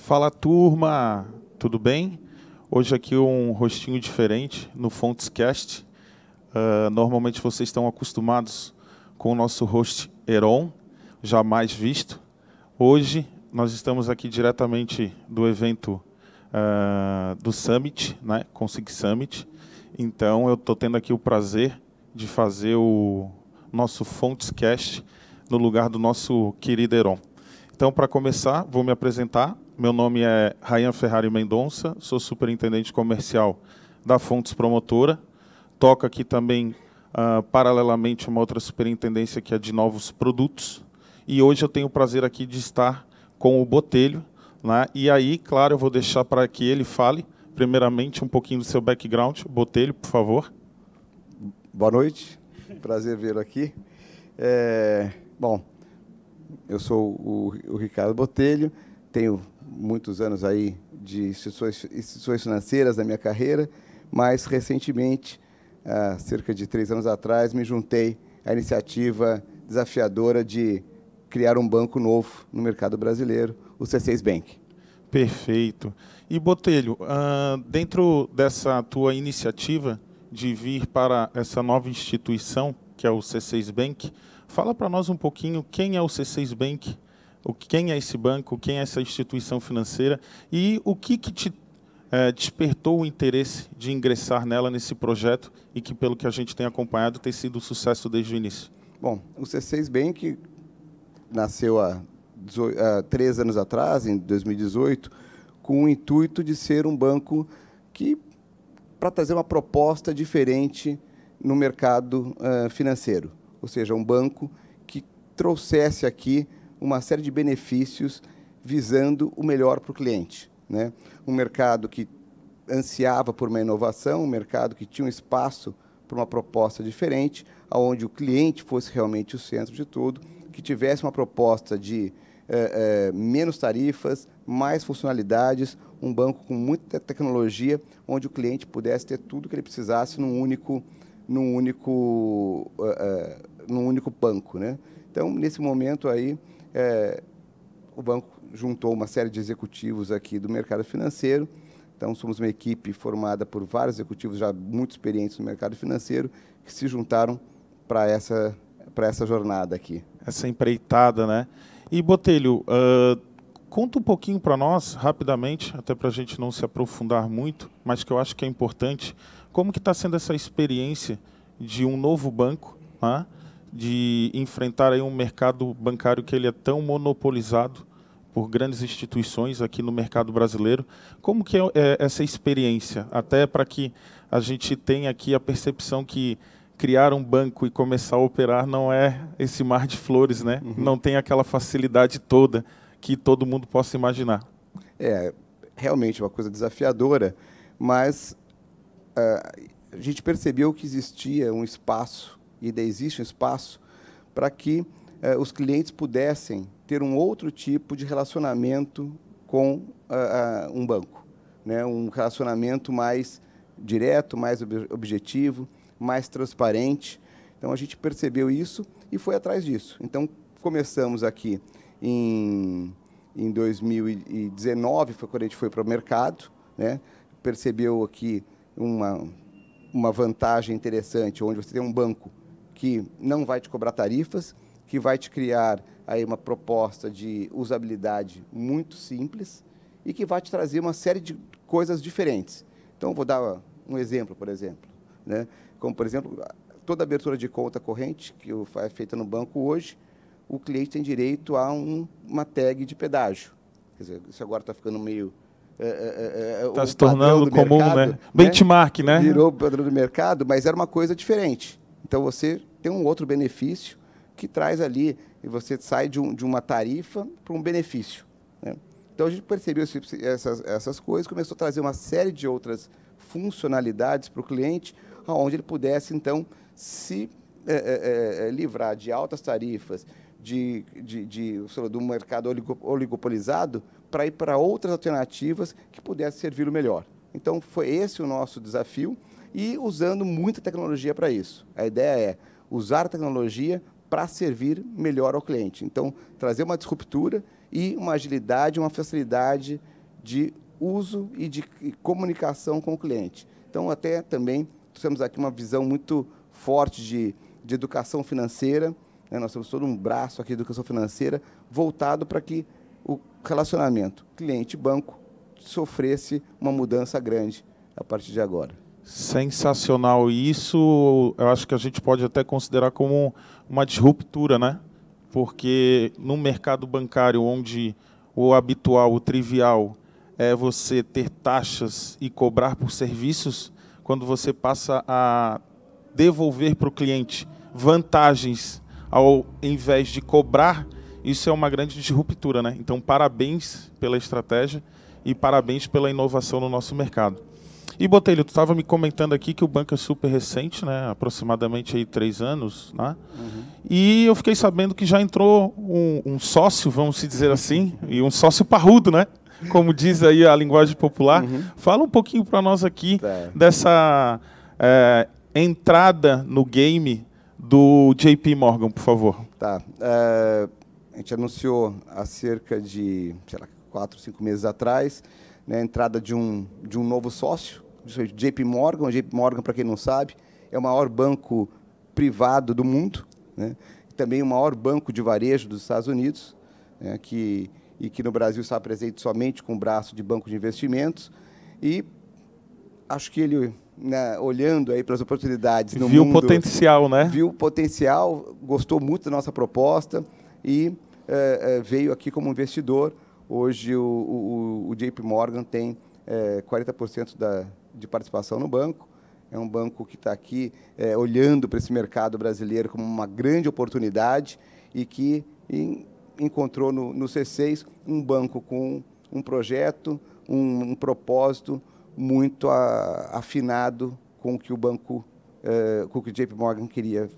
Fala, turma, tudo bem? Hoje aqui um rostinho diferente no Fontscast. Normalmente vocês estão acostumados com o nosso host Heron, jamais visto. Hoje nós estamos aqui diretamente do evento do Summit, né, Consig Summit. Então eu estou tendo aqui o prazer de fazer o nosso Fontscast no lugar do nosso querido Heron. Então, para começar, vou me apresentar. Meu nome é Rayan Ferrari Mendonça, sou superintendente comercial da Fontes Promotora. Toco aqui também, paralelamente, uma outra superintendência que é de novos produtos. E hoje eu tenho o prazer aqui de estar com o Botelho, né? E aí, claro, eu vou deixar para que ele fale, primeiramente, um pouquinho do seu background. Botelho, por favor. Boa noite, prazer vê-lo aqui. Bom, eu sou o Ricardo Botelho, tenho muitos anos aí de instituições financeiras na minha carreira, mas recentemente, há cerca de 3 anos atrás, me juntei à iniciativa desafiadora de criar um banco novo no mercado brasileiro, o C6 Bank. Perfeito. E, Botelho, dentro dessa tua iniciativa de vir para essa nova instituição, que é o C6 Bank, fala para nós um pouquinho quem é o C6 Bank, quem é esse banco, quem é essa instituição financeira e o que te despertou o interesse de ingressar nela nesse projeto e que, pelo que a gente tem acompanhado, tem sido um sucesso desde o início. Bom, o C6 Bank nasceu há 3 anos atrás, em 2018, com o intuito de ser um banco para trazer uma proposta diferente no mercado financeiro, ou seja, um banco que trouxesse aqui uma série de benefícios visando o melhor para o cliente, né? Um mercado que ansiava por uma inovação, um mercado que tinha um espaço para uma proposta diferente, onde o cliente fosse realmente o centro de tudo, que tivesse uma proposta de menos tarifas, mais funcionalidades, um banco com muita tecnologia, onde o cliente pudesse ter tudo o que ele precisasse num único banco, né? Então, nesse momento aí, o banco juntou uma série de executivos aqui do mercado financeiro. Então, somos uma equipe formada por vários executivos já muito experientes no mercado financeiro que se juntaram para essa jornada aqui. Essa empreitada, né? E, Botelho, conta um pouquinho para nós, rapidamente, até para a gente não se aprofundar muito, mas que eu acho que é importante, como que está sendo essa experiência de um novo banco, né? De enfrentar aí um mercado bancário que ele é tão monopolizado por grandes instituições aqui no mercado brasileiro. Como que é essa experiência? Até para que a gente tenha aqui a percepção que criar um banco e começar a operar não é esse mar de flores, né? Uhum. Não tem aquela facilidade toda que todo mundo possa imaginar. É realmente uma coisa desafiadora, mas a gente percebeu que existia um espaço, e ainda existe um espaço, para que os clientes pudessem ter um outro tipo de relacionamento com um banco, né? Um relacionamento mais direto, mais objetivo, mais transparente. Então, a gente percebeu isso e foi atrás disso. Então, começamos aqui em 2019, foi quando a gente foi para o mercado, né? Percebeu aqui uma vantagem interessante, onde você tem um banco que não vai te cobrar tarifas, que vai te criar aí uma proposta de usabilidade muito simples e que vai te trazer uma série de coisas diferentes. Então, vou dar um exemplo, por exemplo, né? Como, por exemplo, toda abertura de conta corrente que é feita no banco hoje, o cliente tem direito a uma tag de pedágio. Quer dizer, isso agora está ficando meio... Está se tornando comum, mercado, né? Benchmark, né? Virou padrão do mercado, mas era uma coisa diferente. Então, você tem um outro benefício que traz ali, e você sai de uma tarifa para um benefício, né? Então, a gente percebeu essas coisas, começou a trazer uma série de outras funcionalidades para o cliente, onde ele pudesse, então, se livrar de altas tarifas, do mercado oligopolizado, para ir para outras alternativas que pudessem servir o melhor. Então, foi esse o nosso desafio, e usando muita tecnologia para isso. A ideia é usar a tecnologia para servir melhor ao cliente. Então, trazer uma disruptura e uma agilidade, uma facilidade de uso e de comunicação com o cliente. Então, até também, temos aqui uma visão muito forte de educação financeira, né? Nós temos todo um braço aqui de educação financeira voltado para que o relacionamento cliente-banco sofresse uma mudança grande a partir de agora. Sensacional. E isso eu acho que a gente pode até considerar como uma disruptura, né? Porque no mercado bancário, onde o habitual, o trivial, é você ter taxas e cobrar por serviços, quando você passa a devolver para o cliente vantagens ao invés de cobrar, isso é uma grande disruptura, né? Então, parabéns pela estratégia e parabéns pela inovação no nosso mercado. E, Botelho, tu estava me comentando aqui que o banco é super recente, né? Aproximadamente aí 3 anos, né? Uhum. E eu fiquei sabendo que já entrou um sócio, vamos dizer assim, e um sócio parrudo, né? Como diz aí a linguagem popular. Uhum. Fala um pouquinho para nós aqui dessa entrada no game do JP Morgan, por favor. Tá. A gente anunciou há cerca de 4, 5 meses atrás, né, a entrada de um novo sócio, JP Morgan. O JP Morgan, para quem não sabe, é o maior banco privado do mundo, né, e também o maior banco de varejo dos Estados Unidos, né, que no Brasil está presente somente com o braço de banco de investimentos. E acho que ele, né, olhando aí para as oportunidades no mundo... Viu o potencial, né? Viu o potencial, gostou muito da nossa proposta e veio aqui como investidor. Hoje o JP Morgan tem 40% de participação no banco. É um banco que está aqui olhando para esse mercado brasileiro como uma grande oportunidade e que encontrou no C6 um banco com um projeto, um propósito muito afinado com o que o banco, com o que o JP Morgan queria.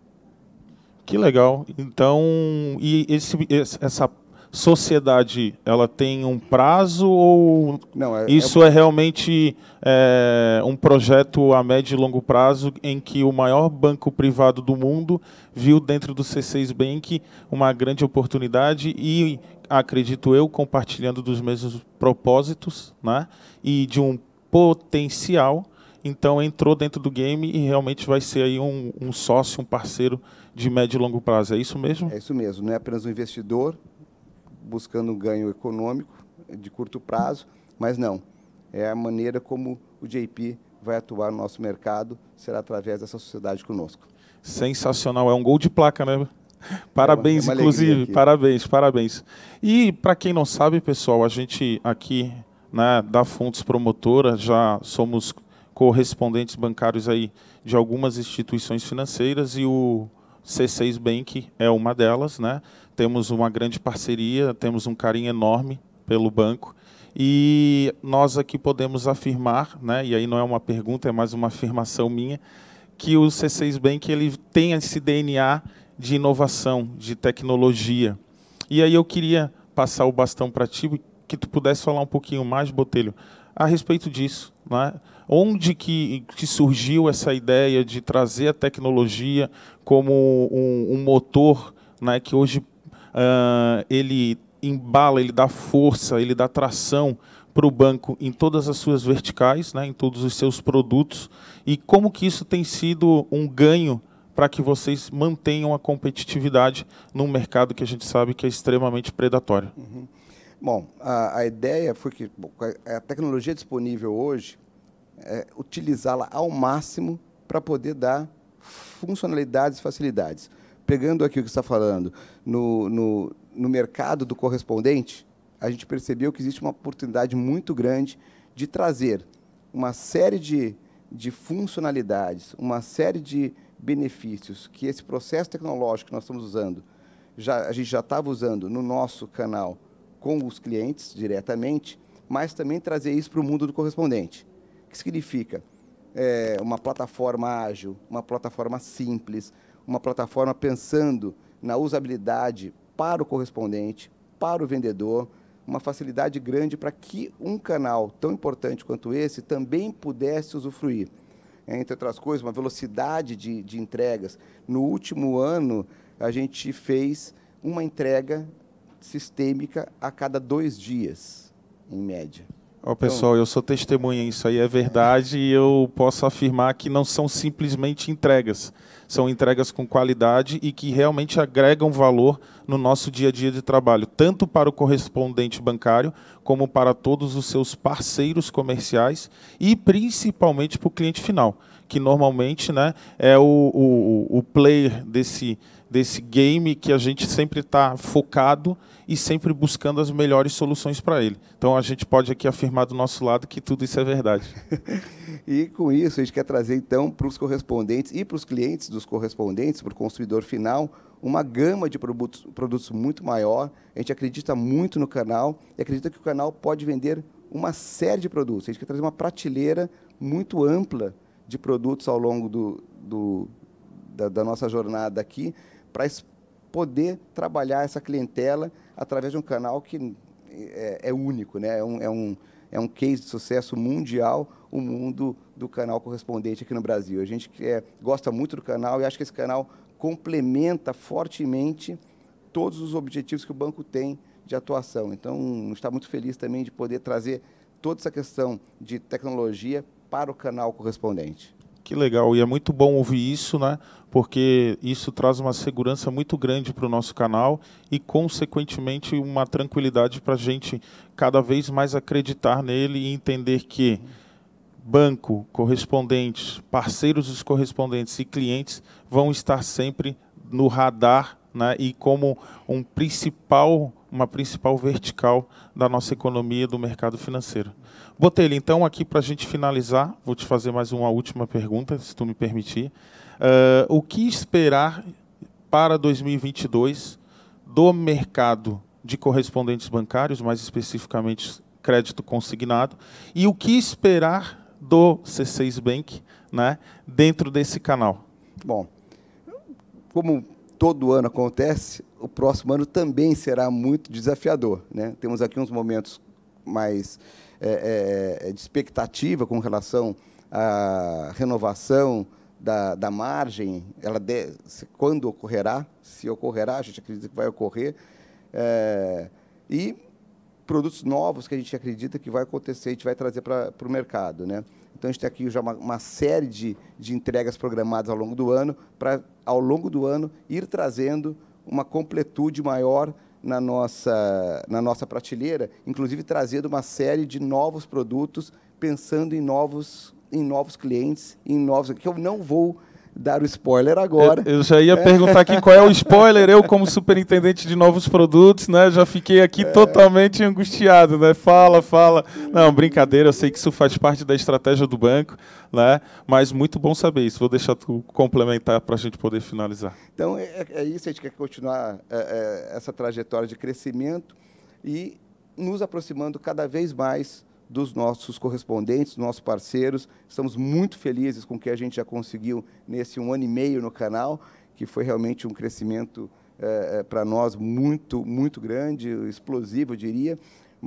Que legal. Então, e essa sociedade, ela tem um prazo ou não, isso é realmente um projeto a médio e longo prazo em que o maior banco privado do mundo viu dentro do C6 Bank uma grande oportunidade e, acredito eu, compartilhando dos mesmos propósitos, né, e de um potencial, então entrou dentro do game e realmente vai ser aí um sócio, um parceiro de médio e longo prazo. É isso mesmo? É isso mesmo, não é apenas um investidor buscando um ganho econômico de curto prazo, mas não. É a maneira como o JP vai atuar no nosso mercado, será através dessa sociedade conosco. Sensacional, é um gol de placa, né? Parabéns, é uma inclusive, parabéns. E para quem não sabe, pessoal, a gente aqui, né, da Fontes Promotora, já somos correspondentes bancários aí de algumas instituições financeiras e o C6 Bank é uma delas, né? Temos uma grande parceria, temos um carinho enorme pelo banco e nós aqui podemos afirmar, né, e aí não é uma pergunta, é mais uma afirmação minha, que o C6 Bank ele tem esse DNA de inovação, de tecnologia. E aí eu queria passar o bastão para ti, que tu pudesse falar um pouquinho mais, Botelho, a respeito disso, né? Onde que surgiu essa ideia de trazer a tecnologia como um motor, né, que hoje ele embala, ele dá força, ele dá tração para o banco em todas as suas verticais, né, em todos os seus produtos, e como que isso tem sido um ganho para que vocês mantenham a competitividade num mercado que a gente sabe que é extremamente predatório. Uhum. Bom, a ideia foi que a tecnologia disponível hoje, utilizá-la ao máximo para poder dar funcionalidades e facilidades. Pegando aqui o que você está falando, no mercado do correspondente, a gente percebeu que existe uma oportunidade muito grande de trazer uma série de funcionalidades, uma série de benefícios que esse processo tecnológico que nós estamos usando, a gente já estava usando no nosso canal com os clientes diretamente, mas também trazer isso para o mundo do correspondente. O que significa? Uma plataforma ágil, uma plataforma simples, uma plataforma pensando na usabilidade para o correspondente, para o vendedor, uma facilidade grande para que um canal tão importante quanto esse também pudesse usufruir. Entre outras coisas, uma velocidade de entregas. No último ano, a gente fez uma entrega sistêmica a cada 2 dias. em média. Pessoal, eu sou testemunha, isso aí é verdade, e eu posso afirmar que não são simplesmente entregas. São entregas com qualidade e que realmente agregam valor no nosso dia a dia de trabalho, tanto para o correspondente bancário, como para todos os seus parceiros comerciais e principalmente para o cliente final, que normalmente, né, é o player desse game que a gente sempre está focado e sempre buscando as melhores soluções para ele. Então, a gente pode aqui afirmar do nosso lado que tudo isso é verdade. E, com isso, a gente quer trazer, então, para os correspondentes e para os clientes dos correspondentes, para o consumidor final, uma gama de produtos muito maior. A gente acredita muito no canal e acredita que o canal pode vender uma série de produtos. A gente quer trazer uma prateleira muito ampla de produtos ao longo da nossa jornada aqui, para poder trabalhar essa clientela através de um canal que é único, né? É um case de sucesso mundial, o mundo do canal correspondente aqui no Brasil. A gente gosta muito do canal e acha que esse canal complementa fortemente todos os objetivos que o banco tem de atuação. Então, está muito feliz também de poder trazer toda essa questão de tecnologia para o canal correspondente. Que legal, e é muito bom ouvir isso, né? Porque isso traz uma segurança muito grande para o nosso canal e, consequentemente, uma tranquilidade para a gente cada vez mais acreditar nele e entender que banco, correspondentes, parceiros dos correspondentes e clientes vão estar sempre no radar, né? E como uma principal vertical da nossa economia e do mercado financeiro. Botelho, então, aqui para a gente finalizar, vou te fazer mais uma última pergunta, se tu me permitir. O que esperar para 2022 do mercado de correspondentes bancários, mais especificamente crédito consignado, e o que esperar do C6 Bank, né, dentro desse canal? Bom, como todo ano acontece, o próximo ano também será muito desafiador, né? Temos aqui uns momentos mais de expectativa com relação à renovação da margem, quando ocorrerá, se ocorrerá, a gente acredita que vai ocorrer, e produtos novos que a gente acredita que vai acontecer, a gente vai trazer para o mercado, né? Então, a gente tem aqui já uma série de entregas programadas ao longo do ano, para, ao longo do ano, ir trazendo uma completude maior na nossa prateleira, inclusive trazendo uma série de novos produtos, pensando em novos clientes, que eu não vou dar o spoiler agora. Eu já ia perguntar aqui qual é o spoiler. Eu, como superintendente de novos produtos, né, já fiquei aqui totalmente angustiado, né? Fala. Não, brincadeira, eu sei que isso faz parte da estratégia do banco, né? Mas muito bom saber isso. Vou deixar tu complementar para a gente poder finalizar. Então, é isso, a gente quer continuar essa trajetória de crescimento e nos aproximando cada vez mais dos nossos correspondentes, dos nossos parceiros. Estamos muito felizes com o que a gente já conseguiu nesse 1 ano e meio no canal, que foi realmente um crescimento para nós muito, muito grande, explosivo, eu diria,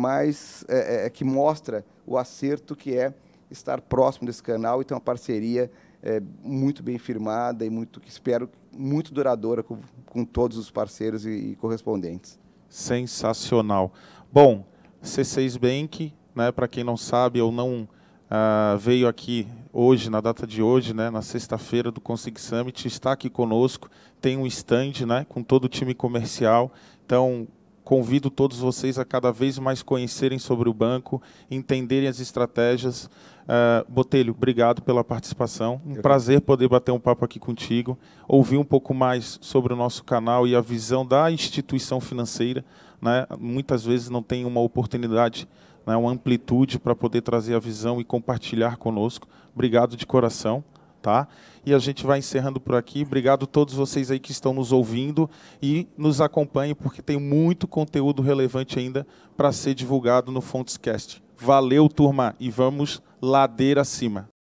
mas que mostra o acerto que é estar próximo desse canal e ter uma parceria muito bem firmada e que espero muito duradoura com todos os parceiros e correspondentes. Sensacional. Bom, C6 Bank, né, para quem não sabe ou não veio aqui hoje, na data de hoje, né, na sexta-feira do Consig Summit, está aqui conosco, tem um stand, né, com todo o time comercial. Então, convido todos vocês a cada vez mais conhecerem sobre o banco, entenderem as estratégias. Botelho, obrigado pela participação. Um prazer poder bater um papo aqui contigo, ouvir um pouco mais sobre o nosso canal e a visão da instituição financeira, né? Muitas vezes não tem uma oportunidade, né, uma amplitude para poder trazer a visão e compartilhar conosco. Obrigado de coração. Tá? E a gente vai encerrando por aqui. Obrigado a todos vocês aí que estão nos ouvindo e nos acompanhem, porque tem muito conteúdo relevante ainda para ser divulgado no FontesCast. Valeu, turma, e vamos ladeira acima.